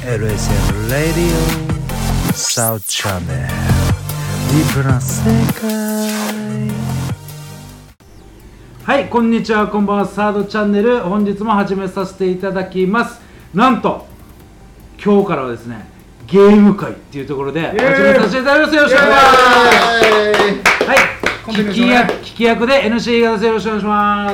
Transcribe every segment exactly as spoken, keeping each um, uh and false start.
エルエスエム Radio South Channel ディープな世界。はい、こんにちは、こんばんは。サードチャンネル、本日も始めさせていただきます。なんと今日からはですね、ゲーム会っていうところで始めさせていただきます。よろしくお願いします。はい、聞き役、聞き役で エヌシー がです。よろしくお願いします。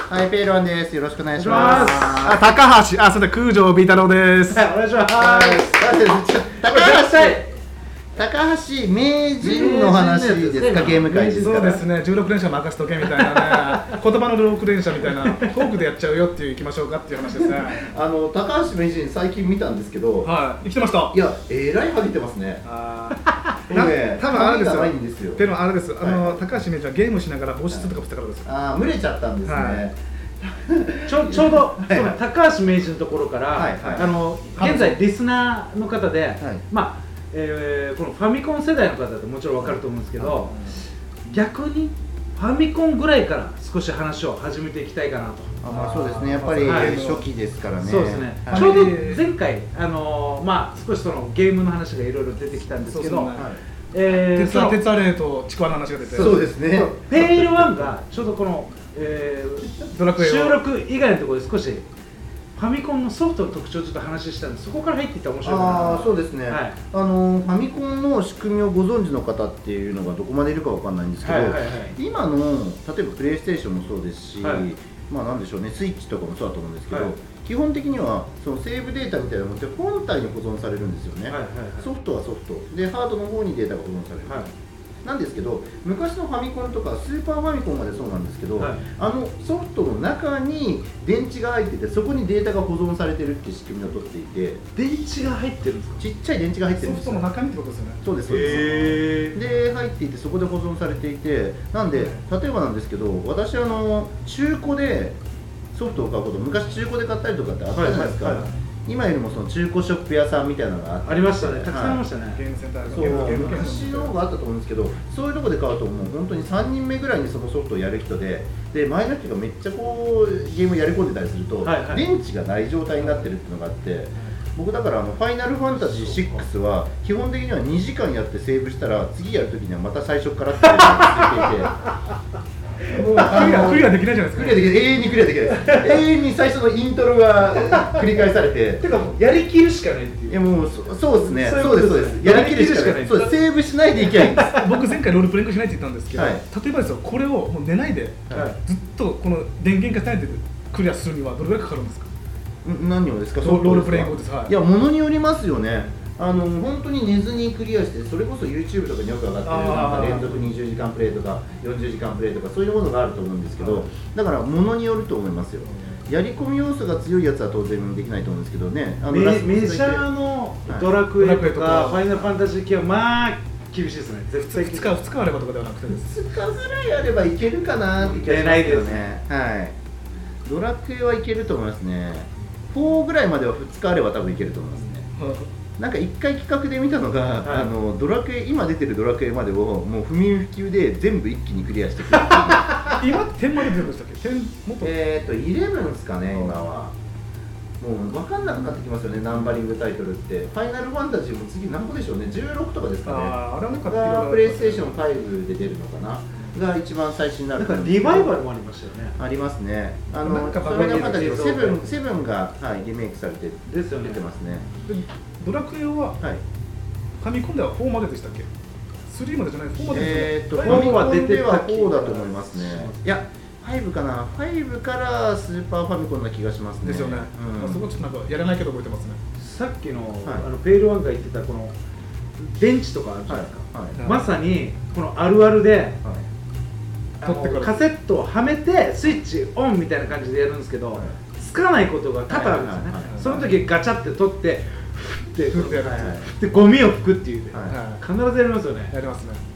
はい、ペイロンです。よろしくお願いします。 あ、高橋、あ、それで空城ビー太郎です。 はい、お願いします。 高橋、高橋名人の話ですか、ゲーム会ですか。 そうですね、じゅうろく連射任せとけみたいなね、言葉のろく連射みたいな、トークでやっちゃうよっていう、行きましょうかっていう話ですね。 あの、高橋名人、最近見たんですけど、 はい、生きてました。 いや、えらいハゲてますね。 あー、ね、 多分あれですよ。 ないんですよ。 でもあれです、あの、高橋名人はゲームしながら防湿とかしたからですよ。 ああ、蒸れちゃったんですね。 ちょちょうど、その高橋名人のところから、 はいはい、 あの現在リスナーの方で、はい、まあ、えー、このファミコン世代の方ってもちろん分かると思うんですけど、逆にファミコンぐらいから少し話を始めていきたいかなと。 あ、まあ、そうですね、やっぱり初期ですからね。 そうですね、はい、ちょうど前回、あのー、まあ、少しそのゲームの話がいろいろ出てきたんですけど、そうですね、 えー、鉄アレイとちくわの話が出て、 そうですね、 ペイルワンがちょうどこの、えー、ドラクエ収録以外のところで少しファミコンのソフトの特徴をちょっと話したんで、そこから入っていったら面白いかな。 ああ、そうですね、はい、あのファミコンの仕組みをご存知の方っていうのがどこまでいるかわかんないんですけど、はいはいはい、今の例えばプレイステーションもそうですし、はい、まあなんでしょうね、スイッチとかもそうだと思うんですけど、はい、基本的にはそのセーブデータみたいなものって本体に保存されるんですよね、はいはいはい、ソフトはソフトでハードの方にデータが保存される、はい、なんですけど、昔のファミコンとかスーパーファミコンまでそうなんですけど、はい、あのソフトの中に電池が入ってて、そこにデータが保存されてるっていう仕組みを取っていて、 電池が入ってるんですか？ ちっちゃい電池が入ってるんですよ。 ソフトの中身ってことですよね。 そうです、そうです。で、入っていて、そこで保存されていて、なんで、例えばなんですけど、私あの中古でソフトを買うこと、昔中古で買ったりとかってあったじゃないですか。はいはいはい、今よりもその中古ショップ屋さんみたいなのがあって、 ありましたね、たくさんありましたね、はい、 ゲームセンターの。 そう、昔の方があったと思うんですけど、そういうところで買うと、もう本当にさんにんめぐらいにそのソフトをやる人で、で前の人がめっちゃこうゲームやり込んでたりすると、はいはい、電池がない状態になってるっていうのがあって、僕だからあのファイナルファンタジーシックスは基本的にはにじかんやってセーブしたら、次やるときにはまた最初からっていうのがついていて。 もうクリア、クリアできないじゃないですか。 クリアできない、永遠にクリアできないです。永遠に最初のイントロが繰り返されて、 てかやりきるしかないっていう。 いやもう そ, そうですね。そうですそうです。やりきるしかない。そうです。セーブしないでいけないんです。 僕前回ロールプレイングしないって言ったんですけど、はい、例えばですよ、これをもう寝ないで、はい、ずっとこの電源化しないでクリアするにはどれぐらいかかるんですか？ 何をですか？ ロールプレイングです。はい。 いや、ものによりますよね。あの本当に寝ずにクリアして、それこそ YouTube とかによく上がってるなんか連続にじゅうじかんプレイとかよんじゅうじかんプレイとかそういうものがあると思うんですけど、だからものによると思いますよ。やり込み要素が強いやつは当然できないと思うんですけどね。あのメ, メジャーのドラクエとか、はい、ファイナルファンタジー系はまあ厳しいですね。絶対ふつかふつかあればとかではなくてです。 ふつかぐらいあればいけるかなって気がしますよね。はい。ドラクエはいけると思いますね。よんぐらいまではふつかあれば多分いけると思いますね。なんか一回企画で見たのが、はい、あのドラクエ、今出てるドラクエまでをもう不眠不休で全部一気にクリアしてくる今点まで出るんでしたっけ？点もっとえっとじゅういちですかね、今は。もう分かんなくなってきますよね、ナンバリングタイトルって。ファイナルファンタジーも次何個でしょうね、じゅうろくとかですかね。 ああれはなんかがプレイステーションファイブで出るのかなが一番最新になる。 だからリバイバルもありましたよね。 ありますね。あのファイナルファンタジーのセブン、セブンが、はい、リメイクされて出てますね。 ドラクエは、はい、ファミコンではよんまででしたっけ？スリーまでじゃない、よんまででしたっけ？ えーっと、ファミコンではよんだと思いますね。いや、ファイブかな、ファイブからスーパーファミコンな気がしますね。 ですよね。うん、そこちょっとなんかやらないけど覚えてますね。 さっきの、はい、あのペイルワンが言ってたこの電池とかあるじゃないですか。はいはい、まさにこのあるあるで、はい、あのカセットをはめてスイッチオンみたいな感じでやるんですけど、はい、つかないことが多々あるんですよね。その時ガチャって取って。で, でゴミを拭くっていう、はい、必ずやりますよね。 やりますね。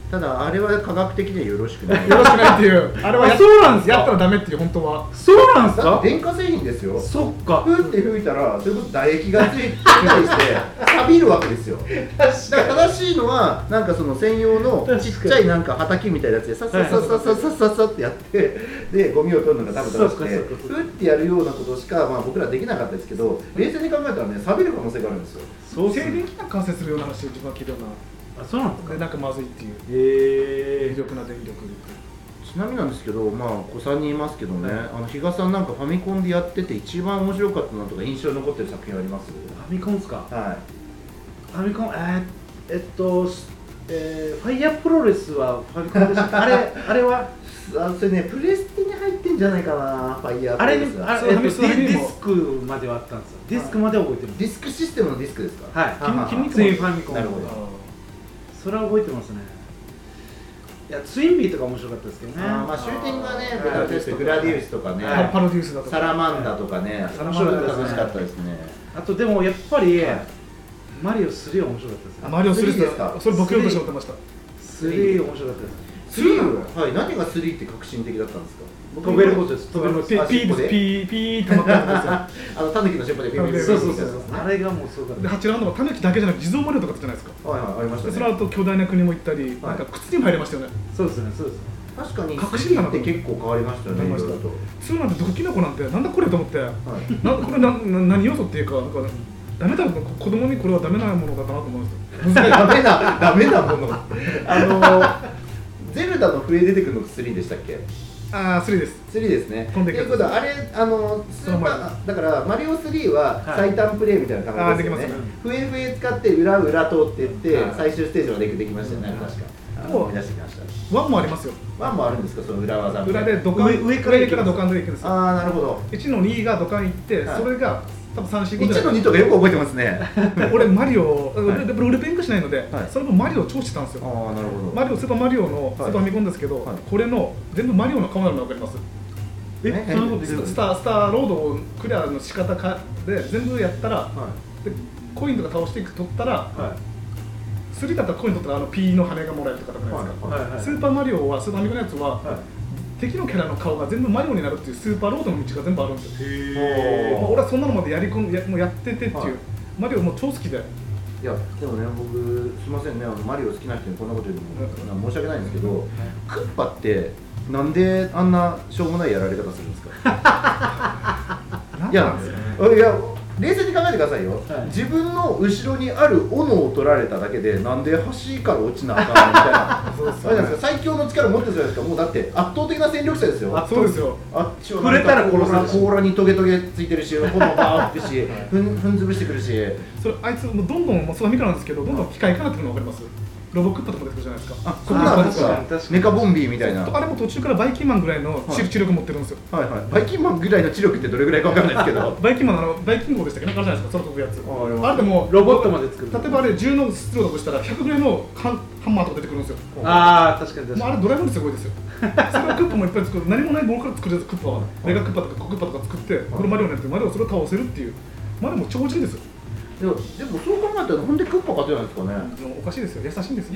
ただあれは科学的にはよろしくないよろしくないっていうあれはやそうなんですかやったらダメっていう本当はそうなんですか。 だって電化製品ですよ。 そっか。 ふーって吹いたらそれこそ唾液がついてたりして錆びるわけですよ。だから正しいのはなんかその専用のちっちゃいなんか畑みたいなやつでさっさっさっさっさっさっさっさってやってでゴミを取るのが多分正しくてふーってやるようなことしかまあ僕らできなかったですけど、冷静に考えたらね錆びる可能性があるんですよ。 そう静電気が感染するような話を自分は聞いたような。 あ、そうなんですか。 でなんかまずいっていうへえ。 微力な電力。 ちなみになんですけど、まあ子さんにんいますけどね、あの比嘉さんなんかファミコンでやってて一番面白かったなとか印象に残ってる作品あります？ ファミコンですか。 はファミコン、えー、えっと、えー、ファイヤープロレスはファミコンでしたあれ、あれはあそれね、プレステに入ってんじゃないかな、ファイヤーあれプロレスがあれ、えっと、ディディスクまではあったんですよ。ディスクまでは覚えてるんです。 ディスクシステムのディスクですか？ はい。 はは筋肉ツインファミコン。 なるほど。 それは覚えてますね。いや、ツインビーとか面白かったですけどね。 あまあシューティングはね、 はいベタテスト、グラディウスとかね、 はいパロデュースだとかサラマンダとかね、 サラマンダですね楽しかったですね。 あとでもやっぱり、 はいマリオスリーは面白かったですね。 あマリオスリースリーですかそれ僕よりと思ってました。 スリー面白かったです。 スリーは、はい、何がスリーって革新的だったんですか？ 飛べることです。飛べることピです。 ーピーですピーピーってなったんですよ。 あのタヌキの尻尾でビビビビビそうそうそうそう。 みたいなやつねあれがもうすごかったではちラウンドはタヌキだけじゃなくて地蔵マリオとかあったじゃないですか。 はいはい、ありましたね。 でその後巨大な国も行ったり、 はいなんか靴にも入れましたよね。 そうですね、そうですね。 確かに革スリー新だなとって結構変わりましたよね、いろいろと。 ツーなんて毒キノコなんてなんだこれと思って、 はいなんこれなな何要素っていうかなんかダメだと子供にこれはダメなものだったなと思うんですよ。 ダメな、ダメなもの。あのゼルダの笛出てくるのスリーでしたっけ？ ああスリーです。 スリーですね。 飛んでくやつということは、あれ、あの、スーパー、だから、マリオスリーは最短プレイみたいな感じですよねはいあーでき。 笛笛使って、裏裏通っていってはい、 最終ステージまでできましたよね、確か。あのもう思い出してきました。 ワンもありますよ。 ワンもあるんですか、その裏技みたいな。 裏でドカン上上から上からドカンで行くんですよ。 ああ、なるほど。 いちのにがドカン行って、 はいそれが多分さん、よん、ごいちのにとかよく覚えてますね。 俺マリオ、 はいで俺ペンクしないので、 はいそれもマリオを超してたんですよ。 ああ、なるほど。 マリオスーパーマリオのスーパーファミコンですけど、 はいこれの全部マリオの顔なの分かります？ え、 えそういうことですスタースターロードをクリアの仕方かで全部やったら、 はでコインとか倒していく取ったら、 はスリーだったらコイン取ったらあの P の羽がもらえるとかじゃないですか。 はいはいはい。 スーパーマリオはスーパーファミコンのやつは、 は敵のキャラの顔が全部マリオになるっていうスーパーロードの道が全部あるんですよ。 い。 へーまあ、俺はそんなのまでやり込んやもうやっててっていう、 はいマリオもう超好きで。 いや、でもね、僕、すみませんね、あのマリオ好きな人にこんなこと言うのも、申し訳ないんですけど、クッパって、なんであんなしょうもないやられ方するんですか？いや、いや、冷静に考えてくださいよ、 はい自分の後ろにある斧を取られただけで、なんで橋から落ちなあかんのみたいな、 そうあれなんですか、最強の力持ってるじゃないですか、もうだって圧倒的な戦力者ですよ。 あそうですよ。 あっちは触れたら殺されるし甲羅にトゲトゲついてるし、炎バーってし、ふんふん潰してくるし。 それあいつもうどんどんもうスーパーファミコンなんですけど、どんどん機械化になってくるの分かります？ロボクッパとか出てくるじゃないですか。 あ、そんなんですか確かに確か、にメカボンビーみたいな。 あれも途中からバイキンマンぐらいの知はい知力持ってるんですよ。 はいはい、バイキンマンぐらいの知力ってどれぐらいかわかんないですけどバイキンマンのあのバイキン号でしたっけ、なんかあるじゃないですか、空飛ぶやつ。 あありますあれでもロボットまで作る。 例えばあれじゅうのストローだとしたらひゃくぐらいのハンハンマーとか出てくるんですよ。 ああ、確かに確かに。 もうあれドライブですごいですよ。それをクッパもいっぱい作る、何もないものから作るクッパは、メガクッパとかコクッパとか作って、これマリオになってマリオをそれを倒せるっていう、マリオも超人ですよ。 でもでもそう考えたらなんでクッパ勝てないんですかね。 もうおかしいですよ、優しいんですよ。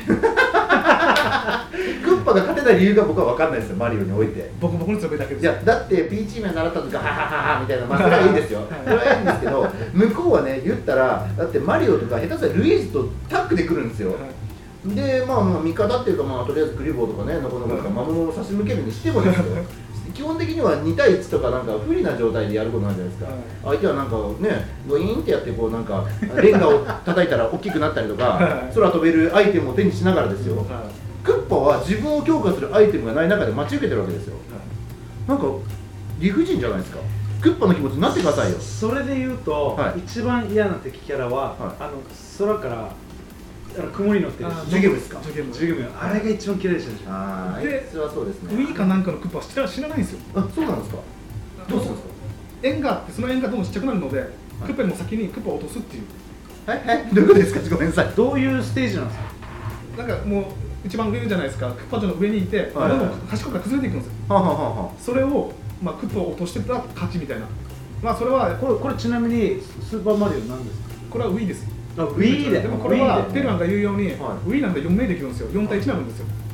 クッパが勝てない理由が僕は分かんないですよ、マリオにおいて。 僕僕の強いだけですよ。 いやだってピーチ姫習ったとかハハハハみたいな、まあそれはいいですよ、それはいいんですけど、向こうはね、言ったら、だってマリオとか下手したらルイージとタッグで来るんですよ。で、まあ、まあ味方っていうか、まあ、とりあえずクリボーとかね、ノコノコとか魔物を差し向けるにしてもですよ、基本的にはにたいいちとか、なんか不利な状態でやることなんじゃないですか、相手はなんかね、ドイーンってやって、こうなんか、レンガを叩いたら大きくなったりとか、空飛べるアイテムを手にしながらですよ、クッパは自分を強化するアイテムがない中で待ち受けてるわけですよ、なんか理不尽じゃないですか、クッパの気持ちになってくださいよ。 それで言うと、 はい一番嫌な敵キャラは、 はいあの空からあの雲に乗ってるあージュゲムですか。 ジュゲム。 ジュゲム、あれが一番嫌いでしたでしょ。 ああ、あいでつはそうですね。 ウィーかなんかのクッパは知ら知らないんですよ。 あ、そうなんですか。どうするんですか。 円があって、その円がどんどんちっちゃくなるので、クッパよりも先にクッパを落とすっていう。 はいはい、どういうことですか。ごめんなさい。 どういうステージなんですか。 なんかもう一番上じゃないですか、クッパ城の上にいて、 はいはいどんどん端っこから崩れていくんですよ。 はあ、はあはあはそれを、まあ、クッパを落としてたら勝ちみたいな。まあそれはこれこれちなみにスーパーマリオなんですか。 これは Wii です。 あ、Wii で。 でもこれは Wii でペルアンが言うように、 はい Wii なんでよん名できるんですよ。よん対いちになるんですよ。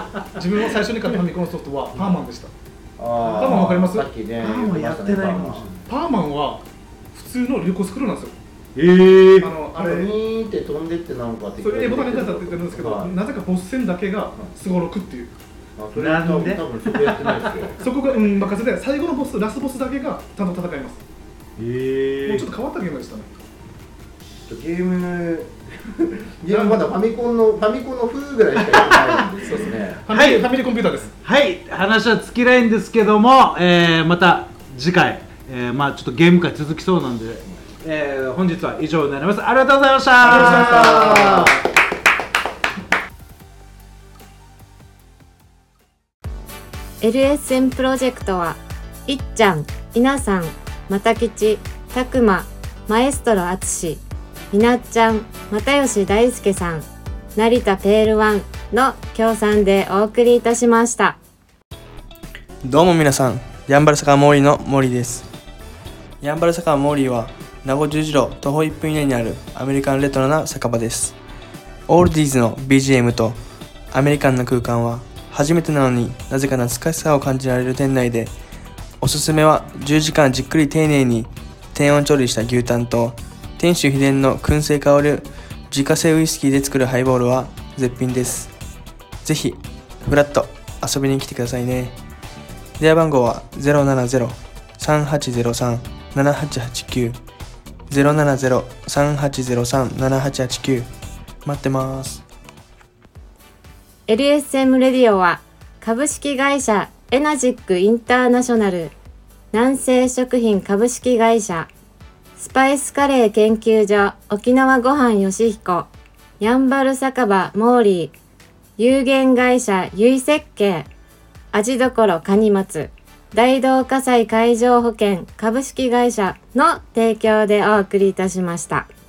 自分が最初に買ったファミコンソフトはパーマンでした。 あーパーマンわかります？ さっきねパーマンやってないかもしれない。 パーマンは普通のリュコスクローなんですよ。 えー、 あのああれれニーって飛んでってなんかってそれ A ボタンに書いてあって言ってるんですけど、 はいなぜかボス戦だけがすごろくっていう、 あそれなんで多分そこやってないですよそこが運任せで最後のボスラストボスだけがちゃんと戦います。 えもうちょっと変わったゲームでしたね。 ゲームゲームまだファミコンのファミコンの風ぐらいしかやってないんですよねファミリーファミリーコンピューターです。 はい話は尽きないんですけども、えー、また次回、えー、まあちょっとゲーム会続きそうなんで、えー、本日は以上になります。ありがとうございました。 ありがとうございました。 エルエスエム プロジェクトはいっちゃん、いなさん、またきち、たくま、マエストロあつし、みなっちゃん、又吉大輔さん、成田ペールワンの協賛でお送りいたしました。 どうも皆さん、やんばる坂モーリーのモーリーです。やんばる坂モーリーは名護十字路徒歩いっぷん以内にあるアメリカンレトロな酒場です。オールディーズの ビージーエム とアメリカンな空間は初めてなのになぜか懐かしさを感じられる店内で、おすすめはじゅうじかんじっくり丁寧に低温調理した牛タンと店主秘伝の燻製香る自家製ウイスキーで作るハイボールは絶品です。ぜひフラッと遊びに来てくださいね。電話番号は ゼロななゼロ さんはちゼロさん ななはちはちきゅう ゼロななゼロ さんはちゼロさん ななはちはちきゅう 待ってます。 エルエスエム レディオは株式会社エナジックインターナショナル、南西食品株式会社、スパイスカレー研究所沖縄ごはんよしひこ、やんばる酒場モーリー、有限会社ゆい設計、味どころかにまつ、大同火災海上保険株式会社の提供でお送りいたしました。